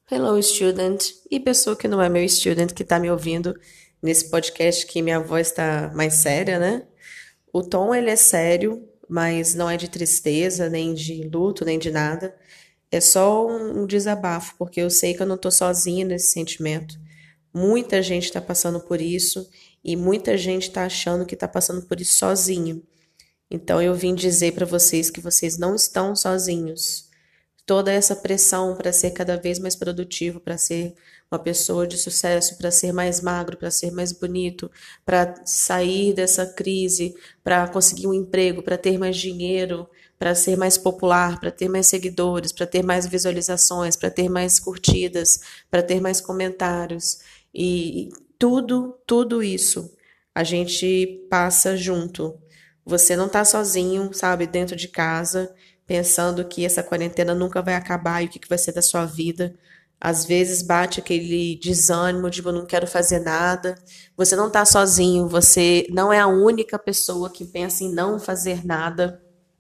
Hello, student. E pessoa que não é meu student, que está me ouvindo nesse podcast que minha voz está mais séria, né? O tom, ele é sério, mas não é de tristeza, nem de luto, nem de nada. É só um desabafo, porque eu sei que eu não estou sozinha nesse sentimento. Muita gente está passando por isso e muita gente está achando que está passando por isso sozinho. Então eu vim dizer para vocês que vocês não estão sozinhos. Toda essa pressão para ser cada vez mais produtivo, para ser uma pessoa de sucesso, para ser mais magro, para ser mais bonito, para sair dessa crise, para conseguir um emprego, para ter mais dinheiro, para ser mais popular, para ter mais seguidores, para ter mais visualizações, para ter mais curtidas, para ter mais comentários. E tudo isso a gente passa junto. Você não está sozinho, sabe, dentro de casa pensando que essa quarentena nunca vai acabar e o que vai ser da sua vida. Às vezes bate aquele desânimo de eu não quero fazer nada. Você não está sozinho, você não é a única pessoa que pensa em não fazer nada.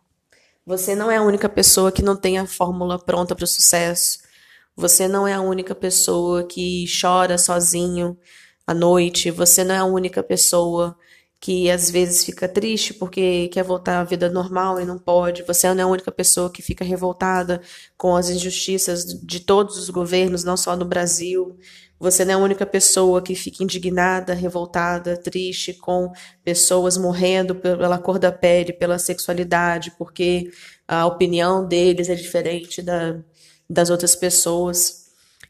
Você não é a única pessoa que não tem a fórmula pronta para o sucesso. Você não é a única pessoa que chora sozinho à noite. Você não é a única pessoa que às vezes fica triste porque quer voltar à vida normal e não pode. Você não é a única pessoa que fica revoltada com as injustiças de todos os governos, não só no Brasil. Você não é a única pessoa que fica indignada, revoltada, triste com pessoas morrendo pela cor da pele, pela sexualidade, porque a opinião deles é diferente das outras pessoas.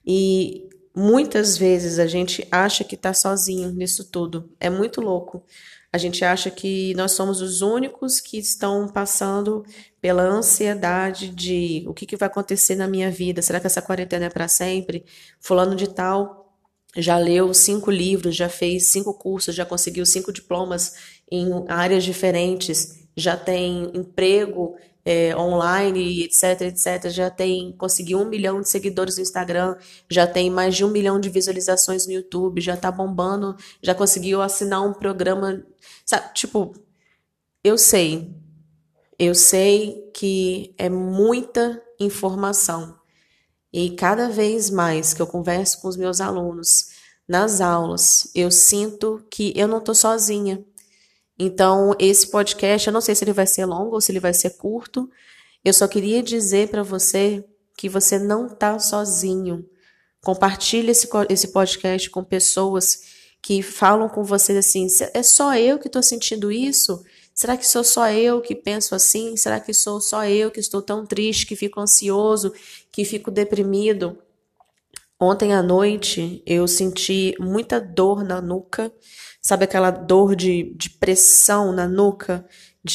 E muitas vezes a gente acha que está sozinho nisso tudo. É muito louco. A gente acha que nós somos os únicos que estão passando pela ansiedade de o que vai acontecer na minha vida? Será que essa quarentena é para sempre? Fulano de tal já leu 5 livros, já fez 5 cursos, já conseguiu 5 diplomas em áreas diferentes, já tem emprego online, etc, etc. Já tem, conseguiu 1 milhão de seguidores no Instagram, já tem mais de 1 milhão de visualizações no YouTube, já tá bombando, já conseguiu assinar um programa. Sabe, tipo, eu sei, eu sei que é muita informação. E cada vez mais que eu converso com os meus alunos nas aulas, eu sinto que eu não estou sozinha. Então, esse podcast, eu não sei se ele vai ser longo ou se ele vai ser curto. Eu só queria dizer para você que você não está sozinho. Compartilhe esse podcast com pessoas que falam com você assim: é só eu que estou sentindo isso? Será que sou só eu que penso assim? Será que sou só eu que estou tão triste, que fico ansioso, que fico deprimido? Ontem à noite eu senti muita dor na nuca, sabe aquela dor de pressão na nuca,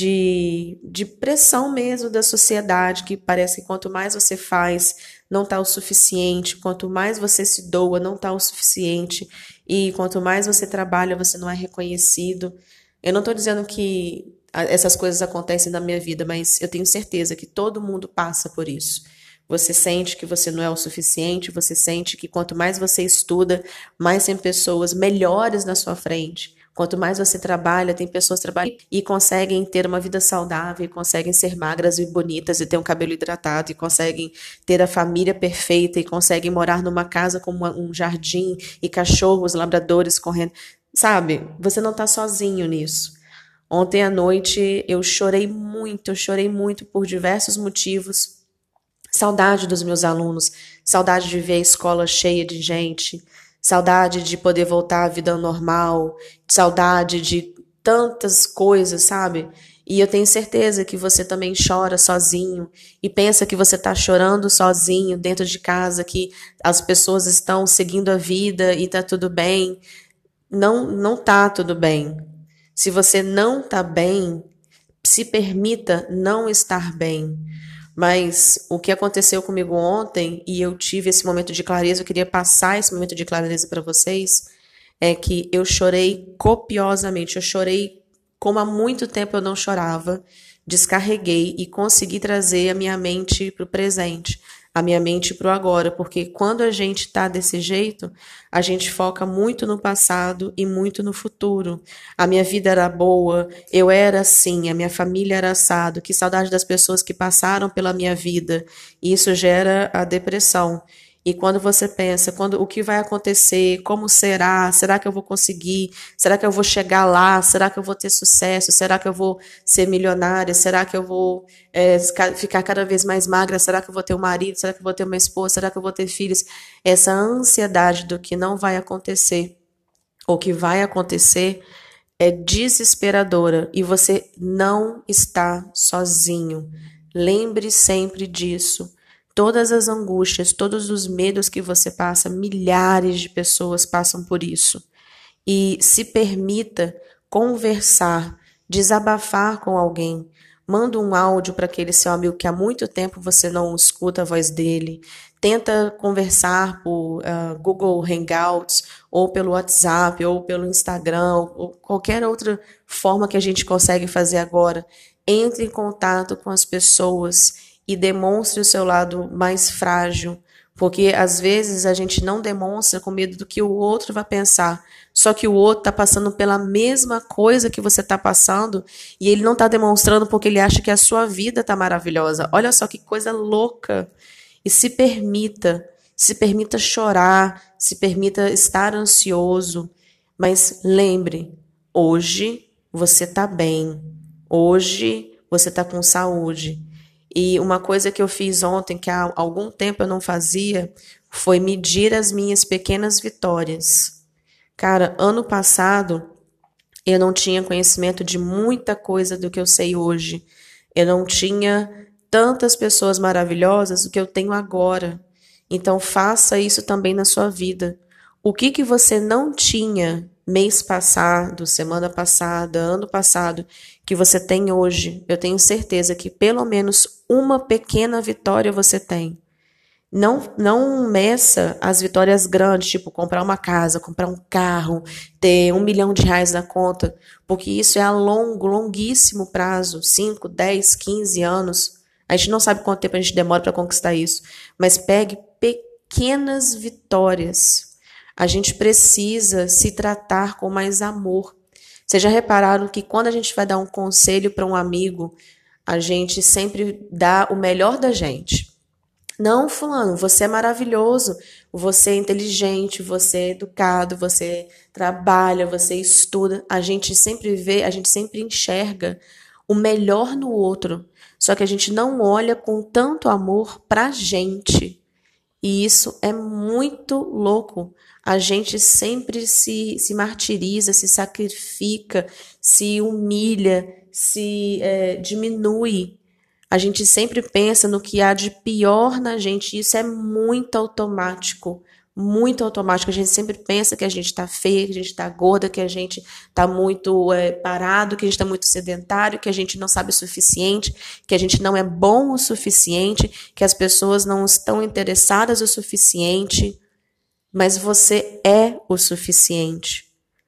de pressão mesmo da sociedade, que parece que quanto mais você faz, não está o suficiente, quanto mais você se doa, não está o suficiente, e quanto mais você trabalha, você não é reconhecido. Eu não estou dizendo que essas coisas acontecem na minha vida, mas eu tenho certeza que todo mundo passa por isso. Você sente que você não é o suficiente, você sente que quanto mais você estuda, mais tem pessoas melhores na sua frente. Quanto mais você trabalha, tem pessoas trabalhando e conseguem ter uma vida saudável, e conseguem ser magras e bonitas e ter um cabelo hidratado, e conseguem ter a família perfeita, e conseguem morar numa casa com um jardim e cachorros, labradores correndo. Sabe, você não está sozinho nisso. Ontem à noite eu chorei muito por diversos motivos. Saudade dos meus alunos, saudade de ver a escola cheia de gente, saudade de poder voltar à vida normal, saudade de tantas coisas, sabe? E eu tenho certeza que você também chora sozinho e pensa que você está chorando sozinho dentro de casa, que as pessoas estão seguindo a vida e tá tudo bem. Não, não tá tudo bem. Se você não tá bem, se permita não estar bem. Mas o que aconteceu comigo ontem, e eu tive esse momento de clareza, eu queria passar esse momento de clareza para vocês, é que eu chorei copiosamente, eu chorei como há muito tempo eu não chorava, descarreguei e consegui trazer a minha mente para o presente, a minha mente para o agora, porque quando a gente está desse jeito, a gente foca muito no passado e muito no futuro. A minha vida era boa, eu era assim, a minha família era assado, que saudade das pessoas que passaram pela minha vida. E isso gera a depressão. E quando você pensa, o que vai acontecer, como será, será que eu vou conseguir, será que eu vou chegar lá, será que eu vou ter sucesso, será que eu vou ser milionária, será que eu vou ficar cada vez mais magra, será que eu vou ter um marido, será que eu vou ter uma esposa, será que eu vou ter filhos? Essa ansiedade do que não vai acontecer, ou que vai acontecer, é desesperadora e você não está sozinho. Lembre sempre disso. Todas as angústias, todos os medos que você passa, milhares de pessoas passam por isso. E se permita conversar, desabafar com alguém. Manda um áudio para aquele seu amigo que há muito tempo você não escuta a voz dele. Tenta conversar por Google Hangouts, ou pelo WhatsApp, ou pelo Instagram, ou qualquer outra forma que a gente consegue fazer agora. Entre em contato com as pessoas e demonstre o seu lado mais frágil, porque às vezes a gente não demonstra com medo do que o outro vai pensar. Só que o outro está passando pela mesma coisa que você está passando e ele não está demonstrando porque ele acha que a sua vida está maravilhosa. Olha só que coisa louca. E se permita chorar, se permita estar ansioso. Mas lembre, hoje você está bem. Hoje você está com saúde. E uma coisa que eu fiz ontem, que há algum tempo eu não fazia, foi medir as minhas pequenas vitórias. Cara, ano passado eu não tinha conhecimento de muita coisa do que eu sei hoje. Eu não tinha tantas pessoas maravilhosas do que eu tenho agora. Então faça isso também na sua vida. O que você não tinha mês passado, semana passada, ano passado, que você tem hoje? Eu tenho certeza que pelo menos uma pequena vitória você tem. Não meça as vitórias grandes, tipo comprar uma casa, comprar um carro, ter R$ 1 milhão na conta, porque isso é a longuíssimo prazo, 5, 10, 15 anos. A gente não sabe quanto tempo a gente demora para conquistar isso, mas pegue pequenas vitórias. A gente precisa se tratar com mais amor. Vocês já repararam que quando a gente vai dar um conselho para um amigo, a gente sempre dá o melhor da gente. Não, fulano, você é maravilhoso, você é inteligente, você é educado, você trabalha, você estuda. A gente sempre vê, a gente sempre enxerga o melhor no outro. Só que a gente não olha com tanto amor pra gente. E isso é muito louco. A gente sempre se martiriza, se sacrifica, se humilha, se diminui. A gente sempre pensa no que há de pior na gente, e isso é muito automático, muito automático. A gente sempre pensa que a gente está feia, que a gente está gorda, que a gente está muito parado, que a gente está muito sedentário, que a gente não sabe o suficiente, que a gente não é bom o suficiente, que as pessoas não estão interessadas o suficiente. Mas você é o suficiente.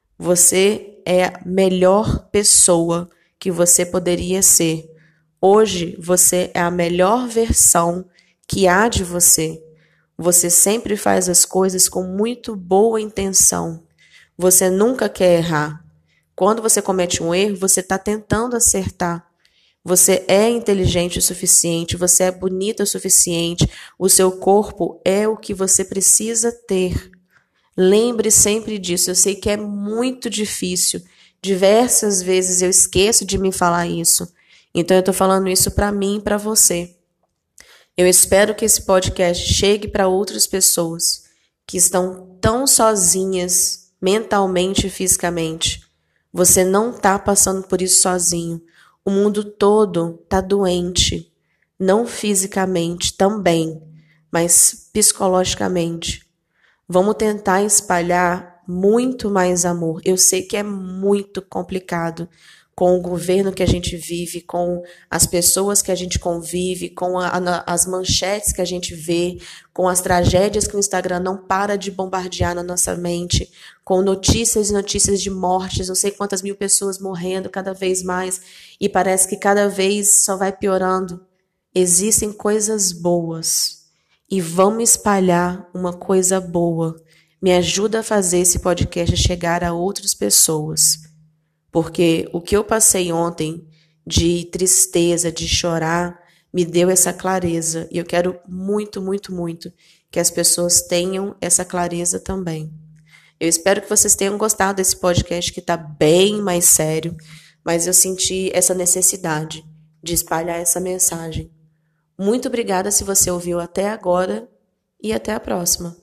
Você é a melhor pessoa que você poderia ser. Hoje você é a melhor versão que há de você. Você sempre faz as coisas com muito boa intenção. Você nunca quer errar. Quando você comete um erro, você está tentando acertar. Você é inteligente o suficiente, você é bonita o suficiente, o seu corpo é o que você precisa ter. Lembre sempre disso. Eu sei que é muito difícil. Diversas vezes eu esqueço de me falar isso. Então eu estou falando isso para mim e para você. Eu espero que esse podcast chegue para outras pessoas que estão tão sozinhas mentalmente e fisicamente. Você não está passando por isso sozinho. O mundo todo está doente, não fisicamente também, mas psicologicamente. Vamos tentar espalhar muito mais amor. Eu sei que é muito complicado com o governo que a gente vive, com as pessoas que a gente convive, com as manchetes que a gente vê, com as tragédias que o Instagram não para de bombardear na nossa mente, com notícias e notícias de mortes, não sei quantas mil pessoas morrendo cada vez mais, e parece que cada vez só vai piorando. Existem coisas boas, e vamos espalhar uma coisa boa. Me ajuda a fazer esse podcast chegar a outras pessoas. Porque o que eu passei ontem de tristeza, de chorar, me deu essa clareza. E eu quero muito, muito, muito que as pessoas tenham essa clareza também. Eu espero que vocês tenham gostado desse podcast que está bem mais sério, mas eu senti essa necessidade de espalhar essa mensagem. Muito obrigada se você ouviu até agora e até a próxima.